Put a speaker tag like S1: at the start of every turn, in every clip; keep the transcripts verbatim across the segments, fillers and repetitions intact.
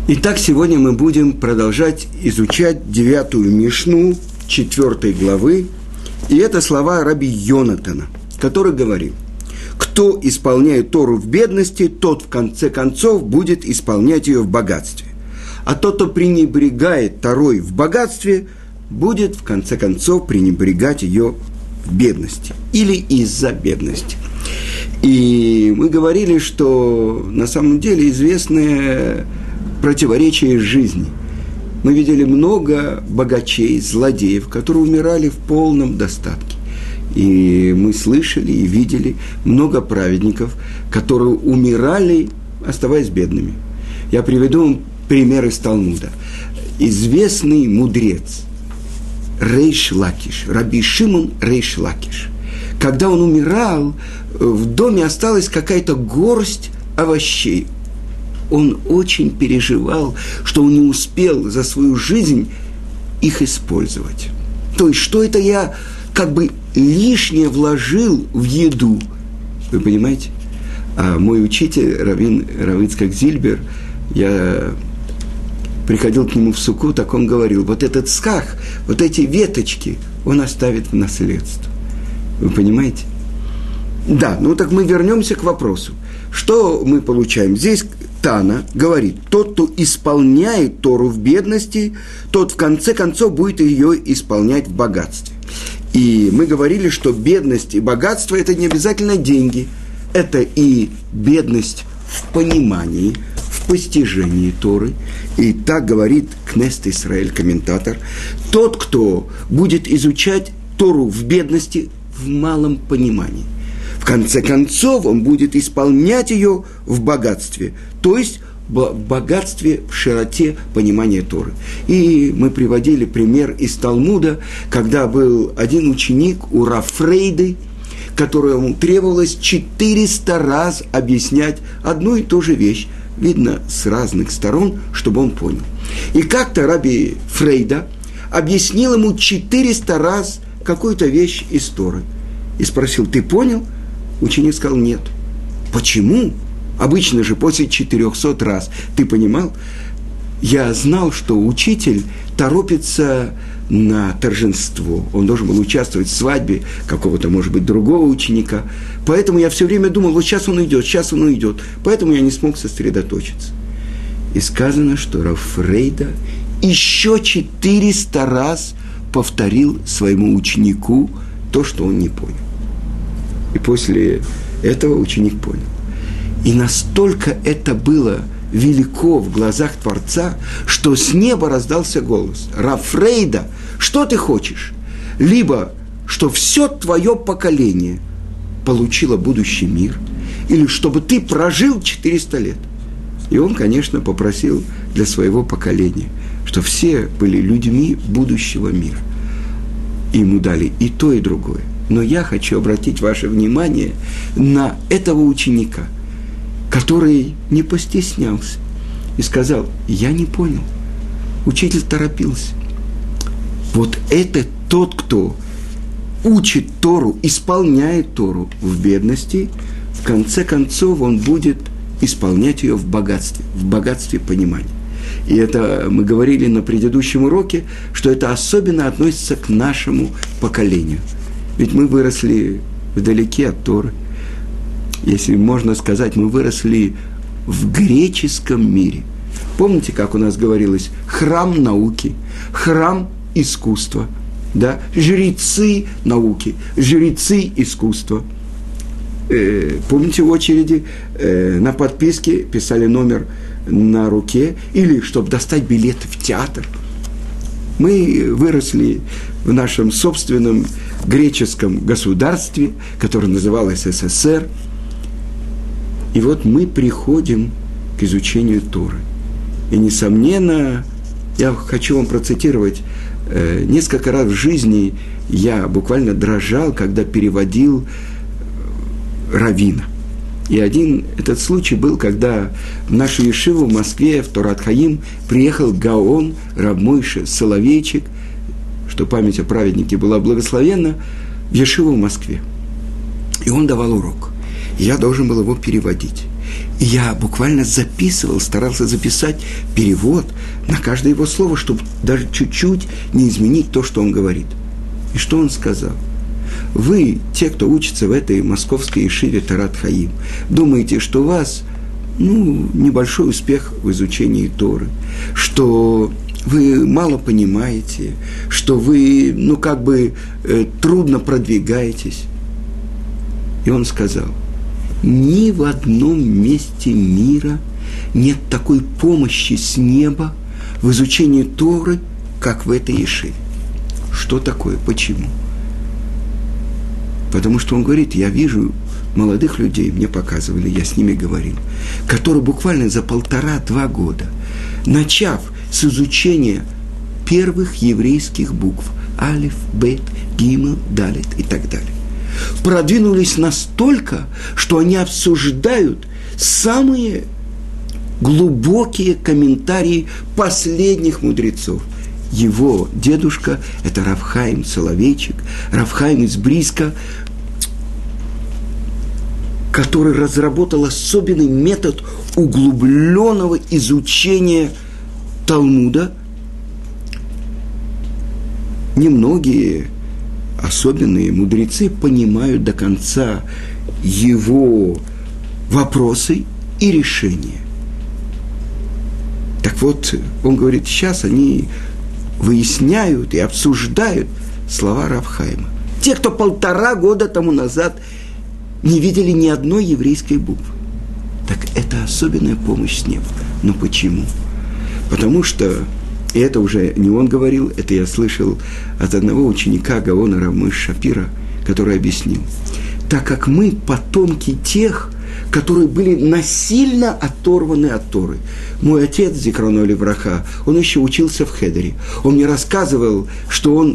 S1: Итак, сегодня мы будем продолжать изучать девятую Мишну четвёртой главы. И это слова раби Йонатана, который говорит: кто исполняет Тору в бедности, тот в конце концов будет исполнять ее в богатстве. А тот, кто пренебрегает Торой в богатстве, будет в конце концов пренебрегать ее в бедности или из-за бедности. И мы говорили, что на самом деле известное противоречие жизни. Мы видели много богачей, злодеев, которые умирали в полном достатке. И мы слышали и видели много праведников, которые умирали, оставаясь бедными. Я приведу вам пример из Талмуда. Известный мудрец Рейш Лакиш, раби Шимон Рейш Лакиш, когда он умирал, в доме осталась какая-то горсть овощей. Он очень переживал, что он не успел за свою жизнь их использовать. То есть, что это я как бы лишнее вложил в еду. Вы понимаете? А мой учитель, раввин Рав Ицхак Зильбер, я приходил к нему в суку, так он говорил: вот этот сках, вот эти веточки он оставит в наследство. Вы понимаете? Да, ну так мы вернемся к вопросу. Что мы получаем? Здесь Тана говорит: тот, кто исполняет Тору в бедности, тот в конце концов будет ее исполнять в богатстве. И мы говорили, что бедность и богатство – это не обязательно деньги. Это и бедность в понимании, в постижении Торы. И так говорит Кнессет Исраэль, комментатор: тот, кто будет изучать Тору в бедности, в малом понимании, в конце концов он будет исполнять ее в богатстве, то есть в богатстве, в широте понимания Торы. И мы приводили пример из Талмуда, когда был один ученик у Рав Фрейды, которому требовалось четыреста раз объяснять одну и ту же вещь, видно, с разных сторон, чтобы он понял. И как-то раби Фрейда объяснил ему четыреста раз какую-то вещь из Торы. И спросил: ты понял? Ученик сказал: нет. Почему? Обычно же после четырехсот раз. Ты понимал? Я знал, что учитель торопится на торжество. Он должен был участвовать в свадьбе какого-то, может быть, другого ученика. Поэтому я все время думал: вот сейчас он уйдет, сейчас он уйдет. Поэтому я не смог сосредоточиться. И сказано, что Рав Фрейда еще четыреста раз повторил своему ученику то, что он не понял. И после этого ученик понял. И настолько это было велико в глазах Творца, что с неба раздался голос: Рав Фрейда, что ты хочешь? Либо, что все твое поколение получило будущий мир, или чтобы ты прожил четыреста лет. И он, конечно, попросил для своего поколения, что все были людьми будущего мира. И ему дали и то, и другое. Но я хочу обратить ваше внимание на этого ученика, который не постеснялся и сказал: я не понял, учитель торопился. Вот это тот, кто учит Тору, исполняет Тору в бедности, в конце концов он будет исполнять ее в богатстве, в богатстве понимания. И это мы говорили на предыдущем уроке, что это особенно относится к нашему поколению. Ведь мы выросли вдалеке от Торы. Если можно сказать, мы выросли в греческом мире. Помните, как у нас говорилось: храм науки, храм искусства, да? Жрецы науки, жрецы искусства. Э, помните, в очереди э, на подписке писали номер на руке, или чтобы достать билет в театр. Мы выросли в нашем собственном греческом государстве, которое называлось СССР. И вот мы приходим к изучению Торы. И, несомненно, я хочу вам процитировать, э, несколько раз в жизни я буквально дрожал, когда переводил раввина. И один этот случай был, когда в нашу ешиву в Москве, в Торат Хаим, приехал Гаон Рав Мойше Соловейчик, что память о праведнике была благословенна, в ешиву в Москве. И он давал урок. И я должен был его переводить. И я буквально записывал, старался записать перевод на каждое его слово, чтобы даже чуть-чуть не изменить то, что он говорит. И что он сказал? Вы, те, кто учится в этой московской ешиве Торат Хаим, думаете, что у вас ну, небольшой успех в изучении Торы, что вы мало понимаете, что вы, ну, как бы э, трудно продвигаетесь. И он сказал, ни в одном месте мира нет такой помощи с неба в изучении Торы, как в этой ешиве. Что такое? Почему? Потому что он говорит, я вижу молодых людей, мне показывали, я с ними говорил, которые буквально за полтора-два года, начав с изучения первых еврейских букв, алиф, бет, гимел, далет и так далее, продвинулись настолько, что они обсуждают самые глубокие комментарии последних мудрецов. Его дедушка – это Рав Хаим Соловейчик, Рав Хаим из Бриска, который разработал особенный метод углубленного изучения Талмуда. Немногие особенные мудрецы понимают до конца его вопросы и решения. Так вот, он говорит, сейчас они выясняют и обсуждают слова Рав Хаима. Те, кто полтора года тому назад не видели ни одной еврейской буквы. Так это особенная помощь с неба. Но почему? Потому что, и это уже не он говорил, это я слышал от одного ученика Гаона Рав Моше Шапира, который объяснил. Так как мы потомки тех, которые были насильно оторваны от Торы. Мой отец, зикроно левраха, он еще учился в Хедере. Он мне рассказывал, что он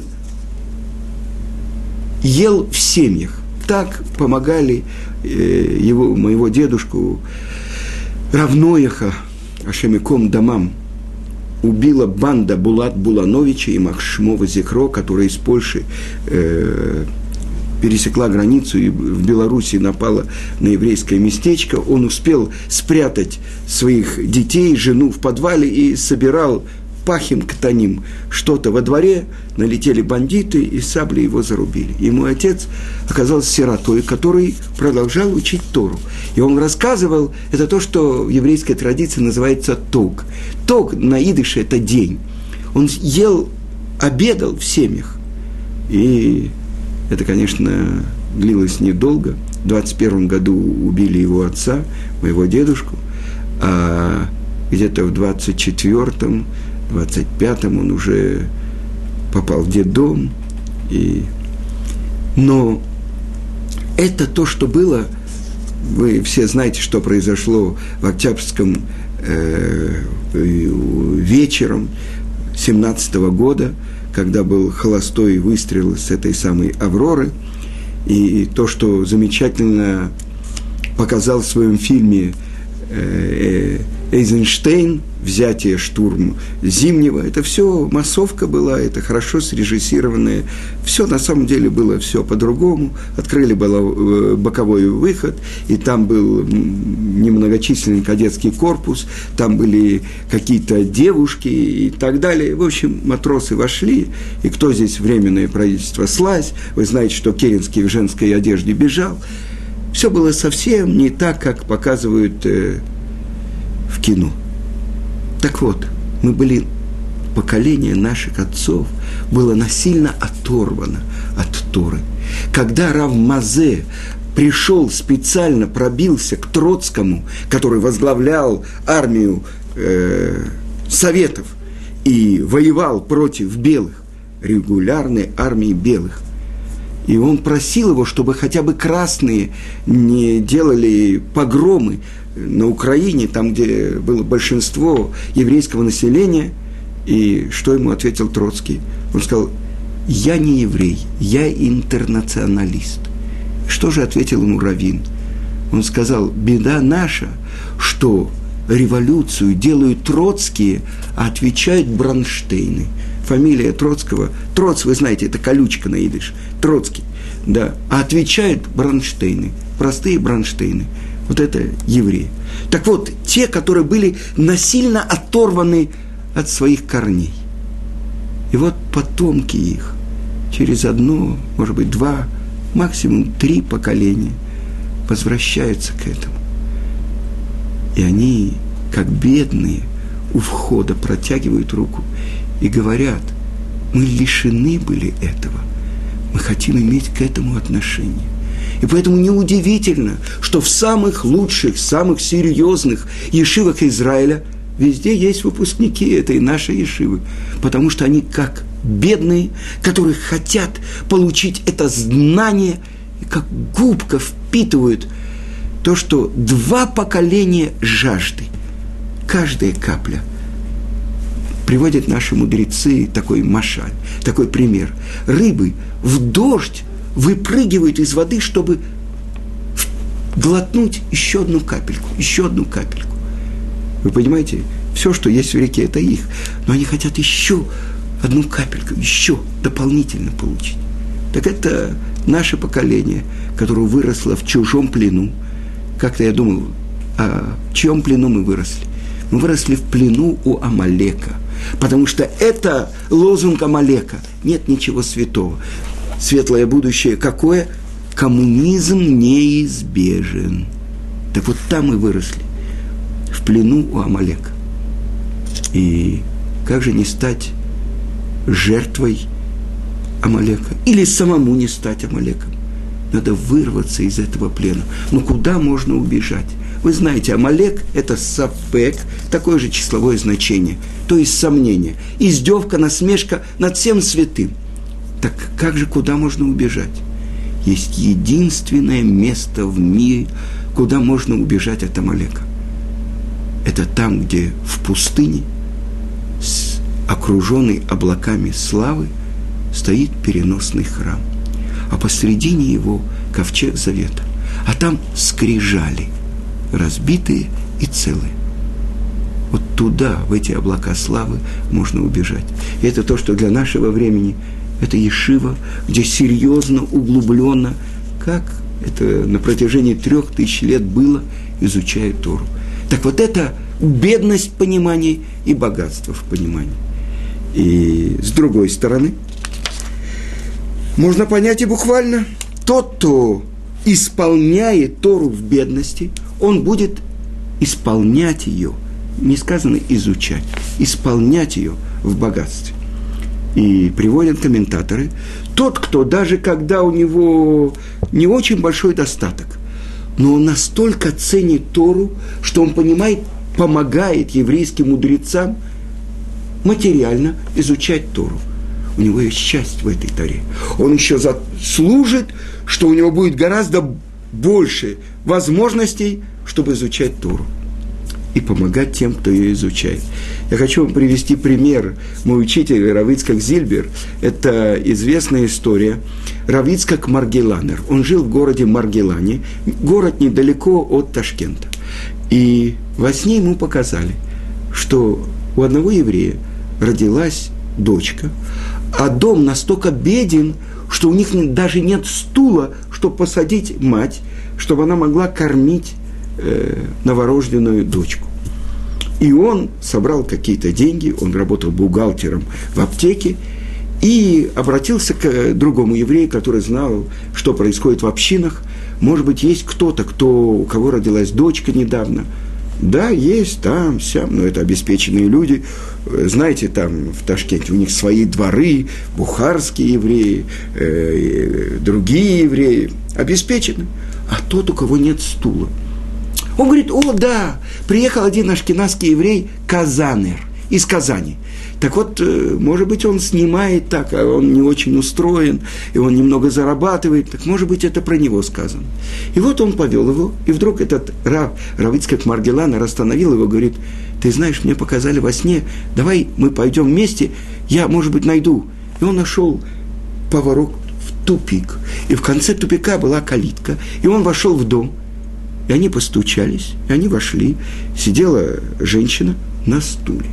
S1: ел в семьях. Так помогали э, его, моего дедушку Рав Нояха, Ашемиком Дамам, убила банда Булат Булановича и Махшмова Зикро, которая из Польши э, пересекла границу и в Белоруссии напала на еврейское местечко. Он успел спрятать своих детей, жену в подвале и собирал пахим ктаним что-то во дворе, налетели бандиты и саблей его зарубили. И мой отец оказался сиротой, который продолжал учить Тору. И он рассказывал, это то, что в еврейской традиции называется тог. Тог на идыше – это день. Он ел, обедал в семьях. И это, конечно, длилось недолго. В двадцать первом году убили его отца, моего дедушку, а где-то в двадцать четвёртом, двадцать пятом он уже попал в детдом. И... Но это то, что было. Вы все знаете, что произошло в Октябрьском э, вечером семнадцатого года, когда был холостой выстрел с этой самой «Авроры». И то, что замечательно показал в своем фильме э, Эйзенштейн, взятие, штурм Зимнего, это все массовка была, это хорошо срежиссированное, все на самом деле было все по-другому, открыли боковой выход, и там был немногочисленный кадетский корпус, там были какие-то девушки и так далее, в общем, матросы вошли, и кто здесь временное правительство слазь, вы знаете, что Керенский в женской одежде бежал, все было совсем не так, как показывают э, в кино. Так вот, мы были, поколение наших отцов было насильно оторвано от Торы. Когда Рав Мазе пришел специально, пробился к Троцкому, который возглавлял армию э, Советов и воевал против белых, регулярной армии белых, и он просил его, чтобы хотя бы красные не делали погромы на Украине, там, где было большинство еврейского населения. И что ему ответил Троцкий? Он сказал, я не еврей, я интернационалист. Что же ответил ему раввин? Он сказал, беда наша, что революцию делают троцкие, а отвечают Бронштейны. Фамилия Троцкого, Троц, вы знаете, это колючка на идыш, Троцкий, да, а отвечают Бронштейны, простые Бронштейны. Вот это евреи. Так вот, те, которые были насильно оторваны от своих корней. И вот потомки их через одно, может быть, два, максимум три поколения возвращаются к этому. И они, как бедные, у входа протягивают руку и говорят: мы лишены были этого, мы хотим иметь к этому отношение. И поэтому неудивительно, что в самых лучших, самых серьезных ешивах Израиля везде есть выпускники этой нашей ешивы, потому что они как бедные, которые хотят получить это знание, и как губка впитывают то, что два поколения жажды, каждая капля. Приводят наши мудрецы такой машаль, такой пример. Рыбы в дождь выпрыгивают из воды, чтобы глотнуть еще одну капельку, еще одну капельку. Вы понимаете, все, что есть в реке, это их. Но они хотят еще одну капельку, еще дополнительно получить. Так это наше поколение, которое выросло в чужом плену. Как-то я думал, а в чьем плену мы выросли? Мы выросли в плену у Амалека. Потому что это лозунг Амалека. Нет ничего святого. Светлое будущее какое? Коммунизм неизбежен. Так вот там мы выросли. В плену у Амалека. И как же не стать жертвой Амалека? Или самому не стать Амалеком? Надо вырваться из этого плена. Но куда можно убежать? Вы знаете, Амалек – это сафек, такое же числовое значение, то есть сомнение, издевка, насмешка над всем святым. Так как же, куда можно убежать? Есть единственное место в мире, куда можно убежать от Амалека. Это там, где в пустыне, окруженный облаками славы, стоит переносный храм, а посредине его ковчег завета, а там скрижали, разбитые и целые. Вот туда, в эти облака славы, можно убежать. И это то, что для нашего времени это ешива, где серьезно, углубленно, как это на протяжении трех тысяч лет было, изучают Тору. Так вот это бедность в понимании и богатство в понимании. И с другой стороны, можно понять и буквально, тот, кто исполняет Тору в бедности, он будет исполнять ее, не сказано изучать, исполнять ее в богатстве. И приводят комментаторы, тот, кто даже когда у него не очень большой достаток, но он настолько ценит Тору, что он понимает, помогает еврейским мудрецам материально изучать Тору. У него есть счастье в этой Торе. Он еще заслужит, что у него будет гораздо больше возможностей, чтобы изучать Тору и помогать тем, кто ее изучает. Я хочу вам привести пример. Мой учитель Рав Ицхак Зильбер, это известная история. Рав Ицхак Маргеланер. Он жил в городе Маргелане, город недалеко от Ташкента. И во сне ему показали, что у одного еврея родилась дочка, а дом настолько беден, что у них даже нет стула, чтобы посадить мать, чтобы она могла кормить э, новорожденную дочку. И он собрал какие-то деньги, он работал бухгалтером в аптеке, и обратился к другому еврею, который знал, что происходит в общинах. Может быть, есть кто-то, кто, у кого родилась дочка недавно. Да, есть там, сям, но это обеспеченные люди. Знаете, там в Ташкенте у них свои дворы, бухарские евреи, э, другие евреи, обеспечены. А тот, у кого нет стула. Он говорит: о, да, приехал один ашкеназский еврей, Казанер, из Казани. Так вот, может быть, он снимает так, а он не очень устроен, и он немного зарабатывает, так может быть, это про него сказано. И вот он повел его, и вдруг этот Рав, Рав Ицхак Маргеланер остановил его, говорит: ты знаешь, мне показали во сне, давай мы пойдем вместе, я, может быть, найду. И он нашел поворот в тупик, и в конце тупика была калитка, и он вошел в дом, и они постучались, и они вошли, сидела женщина на стуле.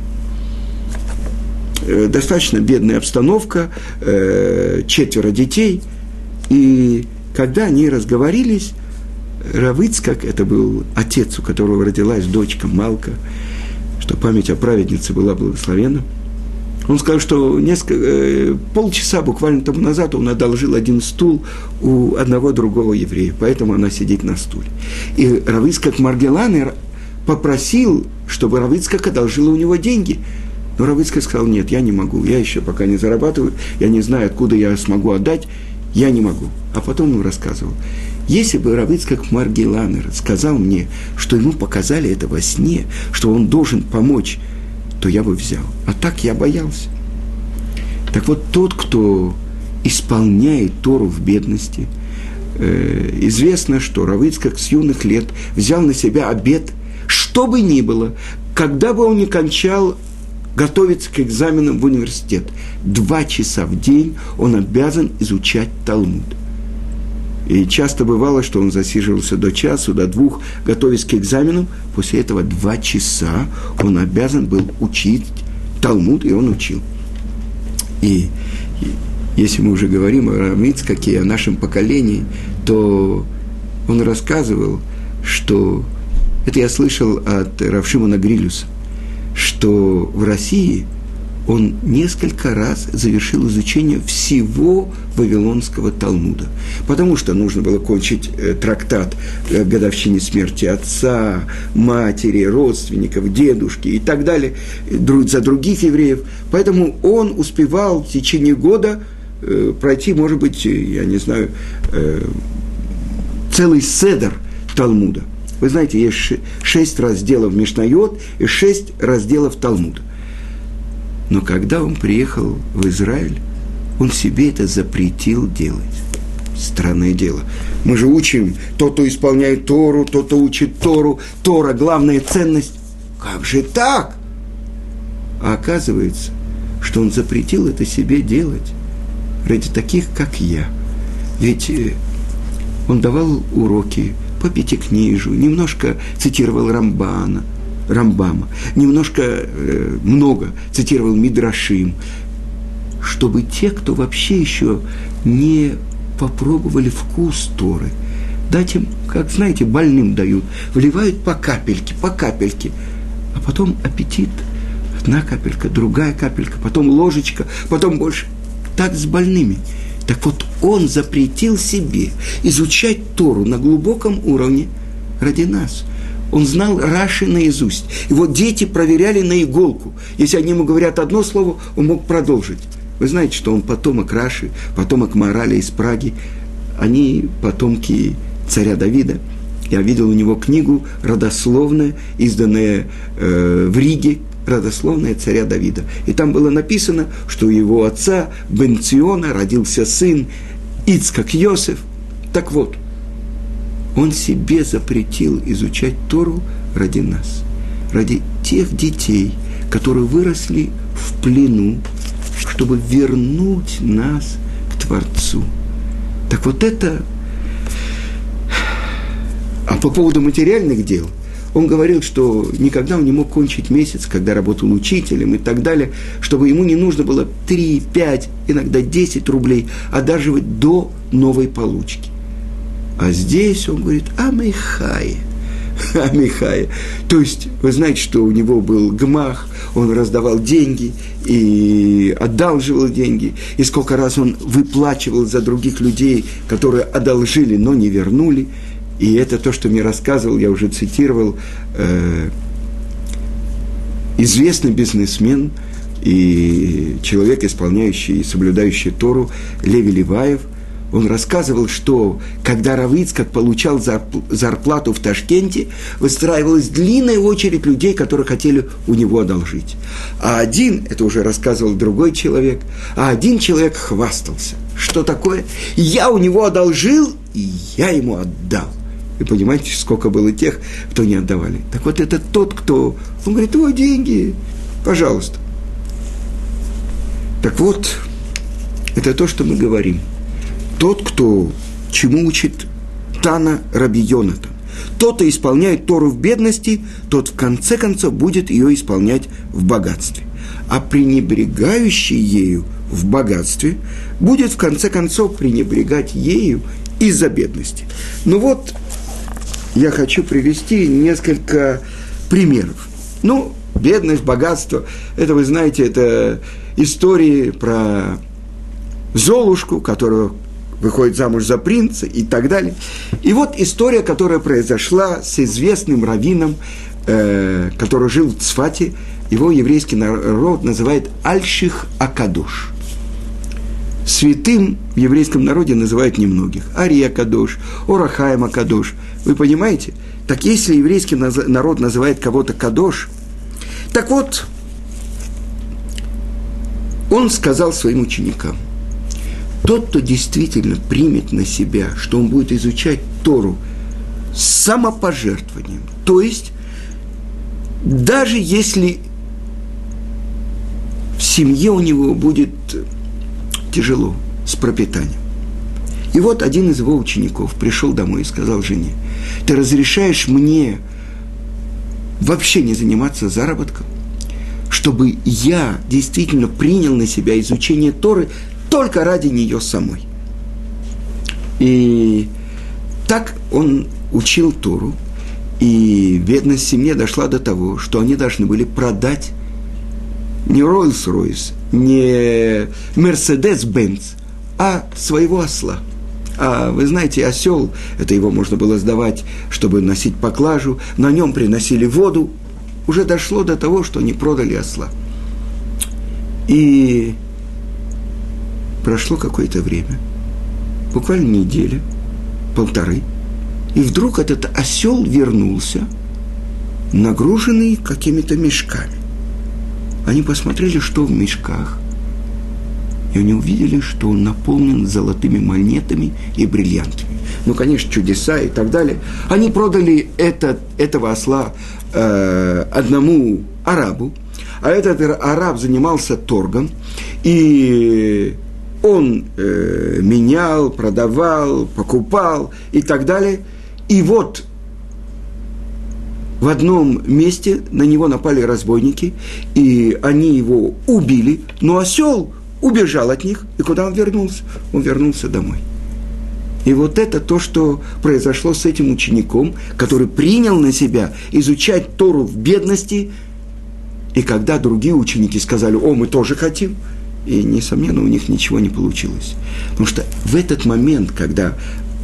S1: Достаточно бедная обстановка, четверо детей, и когда они разговорились, Рав Ицхак, это был отец, у которого родилась дочка Малка, что память о праведнице была благословенна. Он сказал, что несколько, э, полчаса буквально тому назад он одолжил один стул у одного другого еврея, поэтому она сидит на стуле. И Рав Ицхак Маргелан попросил, чтобы Рав Ицхак одолжил у него деньги. Но Рав Ицхак сказал: нет, я не могу, я еще пока не зарабатываю, я не знаю, откуда я смогу отдать, я не могу. А потом он рассказывал: если бы Рав Ицхак Маргелан сказал мне, что ему показали это во сне, что он должен помочь, то я бы взял. А так я боялся. Так вот, тот, кто исполняет Тору в бедности, э, известно, что Рав Ицхак с юных лет взял на себя обет, что бы ни было, когда бы он ни кончал готовиться к экзаменам в университет, два часа в день он обязан изучать Талмуд. И часто бывало, что он засиживался до часу, до двух, готовясь к экзаменам. После этого два часа он обязан был учить Талмуд, и он учил. И, и если мы уже говорим о Рав Ицхаке, о нашем поколении, то он рассказывал, что, это я слышал от Рав Шимона Грилюса, что в России он несколько раз завершил изучение всего Вавилонского Талмуда. Потому что нужно было кончить э, трактат э, годовщине смерти отца, матери, родственников, дедушки и так далее, друг, за других евреев. Поэтому он успевал в течение года э, пройти, может быть, я не знаю, э, целый седер Талмуда. Вы знаете, есть шесть разделов Мишнайот и шесть разделов Талмуда. Но когда он приехал в Израиль, он себе это запретил делать. Странное дело. Мы же учим, тот, кто исполняет Тору, тот, кто учит Тору, Тора – главная ценность. Как же так? А оказывается, что он запретил это себе делать ради таких, как я. Ведь он давал уроки по пятикнижию, немножко цитировал Рамбана, Рамбама, немножко, э, много цитировал Мидрашим, чтобы те, кто вообще еще не попробовали вкус Торы, дать им, как, знаете, больным дают, вливают по капельке, по капельке, а потом аппетит, одна капелька, другая капелька, потом ложечка, потом больше. Так с больными. Так вот, он запретил себе изучать Тору на глубоком уровне ради нас. Он знал Раши наизусть. Его дети проверяли на иголку. Если они ему говорят одно слово, он мог продолжить. Вы знаете, что он потомок Раши, потомок Маораля из Праги. Они потомки царя Давида. Я видел у него книгу родословная, изданная э, в Риге, родословная царя Давида. И там было написано, что у его отца Бен Циона родился сын Ицхак Йосеф. Так вот, он себе запретил изучать Тору ради нас, ради тех детей, которые выросли в плену, чтобы вернуть нас к Творцу. Так вот это... А по поводу материальных дел, он говорил, что никогда он не мог кончить месяц, когда работал учителем и так далее, чтобы ему не нужно было три, пять, иногда десять рублей одалживать до новой получки. А здесь он говорит «Амихае», «Амихае». То есть, вы знаете, что у него был гмах, он раздавал деньги и одалживал деньги, и сколько раз он выплачивал за других людей, которые одолжили, но не вернули. И это то, что мне рассказывал, я уже цитировал, э, известный бизнесмен и человек, исполняющий и соблюдающий Тору, Леви Леваев. Он рассказывал, что когда Рав Ицхак получал зарплату в Ташкенте, выстраивалась длинная очередь людей, которые хотели у него одолжить. А один, это уже рассказывал другой человек, а один человек хвастался. Что такое? Я у него одолжил, и я ему отдал. И понимаете, сколько было тех, кто не отдавали. Так вот, это тот, кто... Он говорит, ой, деньги, пожалуйста. Так вот, это то, что мы говорим. Тот, кто чему учит Тана Раби Йонатан, тот, кто исполняет Тору в бедности, тот в конце концов будет ее исполнять в богатстве. А пренебрегающий ею в богатстве будет в конце концов пренебрегать ею из-за бедности. Ну вот, я хочу привести несколько примеров. Ну, бедность, богатство, это, вы знаете, это истории про Золушку, которая выходит замуж за принца и так далее. И вот история, которая произошла с известным раввином, э, который жил в Цфате. Его еврейский народ называет Альших Акадош. Святым в еврейском народе называют немногих. Ария Акадош, Орахаим Акадош. Вы понимаете? Так если еврейский народ называет кого-то Кадош, так вот, он сказал своим ученикам: тот, кто действительно примет на себя, что он будет изучать Тору с самопожертвованием, то есть, даже если в семье у него будет тяжело с пропитанием. И вот один из его учеников пришел домой и сказал жене: ты разрешаешь мне вообще не заниматься заработком, чтобы я действительно принял на себя изучение Торы только ради нее самой. И так он учил Тору, и бедность в семье дошла до того, что они должны были продать не Роллс-Ройс, не Мерседес-Бенц, а своего осла. А вы знаете, осел, это его можно было сдавать, чтобы носить поклажу, на нем приносили воду. Уже дошло до того, что они продали осла. И прошло какое-то время, буквально неделя, полторы, и вдруг этот осел вернулся, нагруженный какими-то мешками. Они посмотрели, что в мешках, и они увидели, что он наполнен золотыми монетами и бриллиантами. Ну, конечно, чудеса и так далее. Они продали этот, этого осла э, одному арабу, а этот араб занимался торгом, и он э, менял, продавал, покупал и так далее. И вот в одном месте на него напали разбойники, и они его убили, но осел убежал от них, и куда он вернулся? Он вернулся домой. И вот это то, что произошло с этим учеником, который принял на себя изучать Тору в бедности, и когда другие ученики сказали: о, мы тоже хотим, и, несомненно, у них ничего не получилось. Потому что в этот момент, когда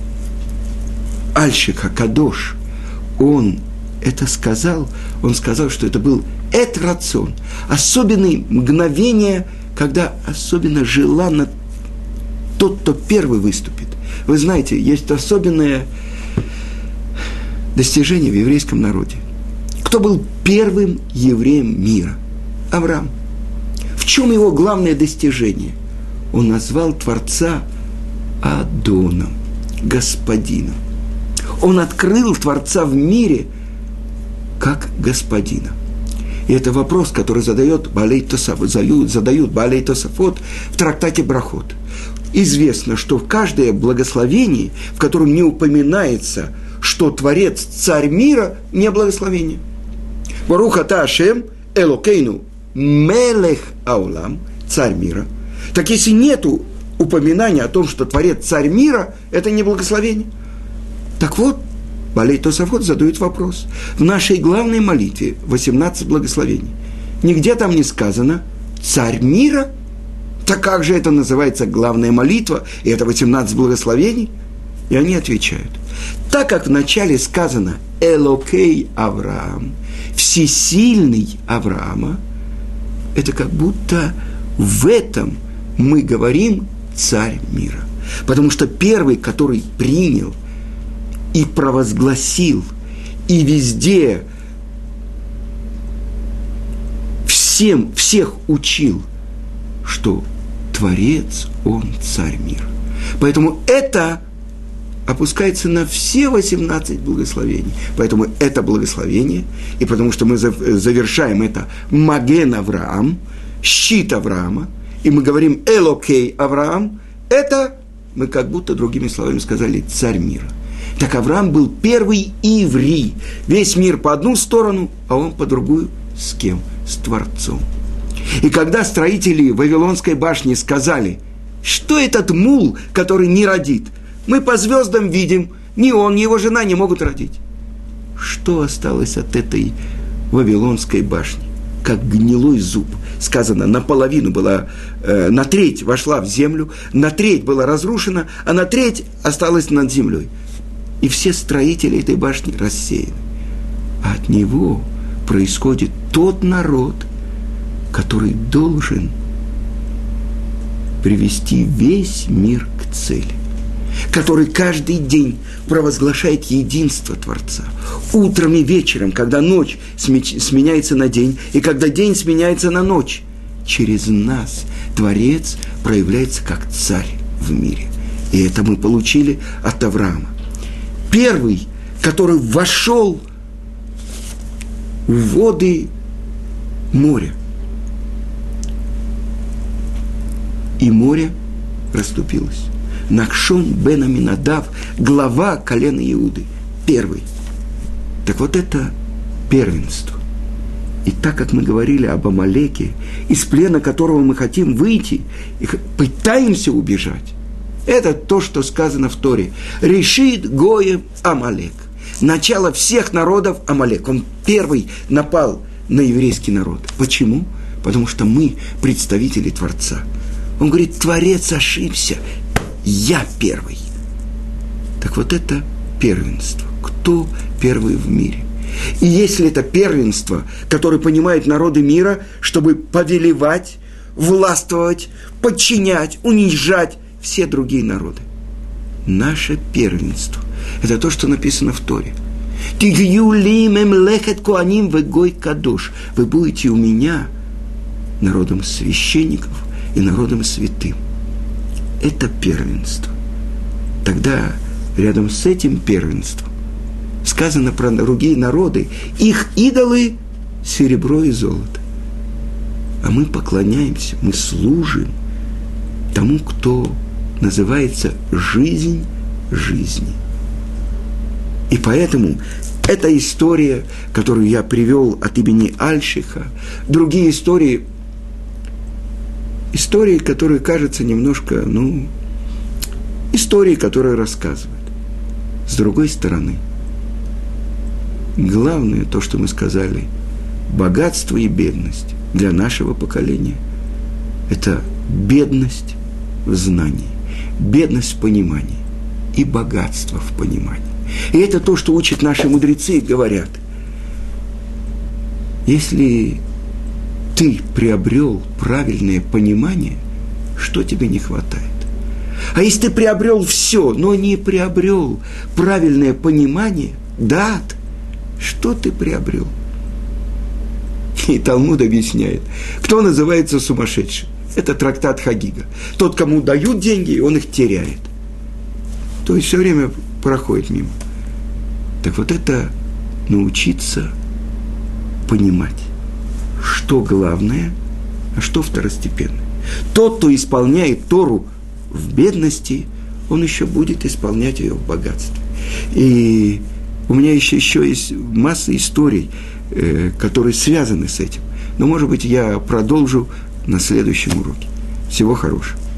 S1: Альших Акадош, он это сказал, он сказал, что это был эт-рацион, особенное мгновение, когда особенно желанно тот, кто первый выступит. Вы знаете, есть особенное достижение в еврейском народе. Кто был первым евреем мира? Авраам. В чем его главное достижение? Он назвал Творца Адоном, Господином. Он открыл Творца в мире как Господина. И это вопрос, который задает Баалей Тосафот, задают Баалей Тосафот в трактате Брахот. Известно, что в каждое благословение, в котором не упоминается, что Творец, Царь мира, не благословение. Барух ата Ашем Элокейну Мелех Аулам, Царь мира. Так если нету упоминания о том, что Творец, Царь мира, это не благословение. Так вот, Баалей Тосафот задает вопрос. В нашей главной молитве восемнадцать благословений. Нигде там не сказано «Царь мира». Так как же это называется главная молитва, и это восемнадцать благословений? И они отвечают: так как вначале сказано «Элокей Авраам», «Всесильный Авраама», это как будто в этом мы говорим «Царь мира». Потому что первый, который принял и провозгласил, и везде всем, всех учил, что Творец, Он Царь мира. Поэтому это опускается на все восемнадцать благословений. Поэтому это благословение, и потому что мы завершаем это Маген Авраам, щит Авраама, и мы говорим Элокей Авраам, это мы как будто другими словами сказали «Царь мира». Так Авраам был первый иври. Весь мир по одну сторону, а он по другую. С кем? С Творцом. И когда строители Вавилонской башни сказали: что этот мул, который не родит? Мы по звездам видим, ни он, ни его жена не могут родить. что осталось от этой Вавилонской башни? Как гнилой зуб. Сказано, наполовину была, э, на треть вошла в землю, на треть была разрушена, а на треть осталась над землей. И все строители этой башни рассеяны. А от него происходит тот народ, который должен привести весь мир к цели, который каждый день провозглашает единство Творца. Утром и вечером, когда ночь сменяется на день, и когда день сменяется на ночь, через нас Творец проявляется как царь в мире. И это мы получили от Авраама. Первый, который вошел в воды моря. И море расступилось. Нахшон бен Аминадав, глава колена Иуды, первый. Так вот это первенство. И так как мы говорили об Амалеке, из плена которого мы хотим выйти, и пытаемся убежать, это то, что сказано в Торе. Решит Гоем Амалек. Начало всех народов Амалек. Он первый напал на еврейский народ. Почему? Потому что мы представители Творца. Он говорит, Творец ошибся. Я первый. Так вот это первенство. Кто первый в мире? И если это первенство, которое понимает народы мира, чтобы повелевать, властвовать, подчинять, унижать все другие народы. Наше первенство. Это то, что написано в Торе. Вы будете у меня народом священников и народом святым. Это первенство. Тогда рядом с этим первенством сказано про другие народы, их идолы – серебро и золото. А мы поклоняемся, мы служим тому, кто называется жизнь жизни. И поэтому эта история, которую я привел от имени Альшиха, другие истории, истории, которые кажутся немножко, ну, истории, которые рассказывают. С другой стороны, главное то, что мы сказали, богатство и бедность для нашего поколения – это бедность в знании, бедность в понимании и богатство в понимании. И это то, что учат наши мудрецы и говорят. Если ты приобрел правильное понимание, что тебе не хватает? А если ты приобрел все, но не приобрел правильное понимание, дат, что ты приобрел? И Талмуд объясняет, кто называется сумасшедшим. Это трактат Хагига. Тот, кому дают деньги, он их теряет. То есть все время проходит мимо. Так вот это научиться понимать, что главное, а что второстепенное. Тот, кто исполняет Тору в бедности, он еще будет исполнять ее в богатстве. И у меня еще, еще есть масса историй, э, которые связаны с этим. Но, может быть, я продолжу на следующем уроке. Всего хорошего.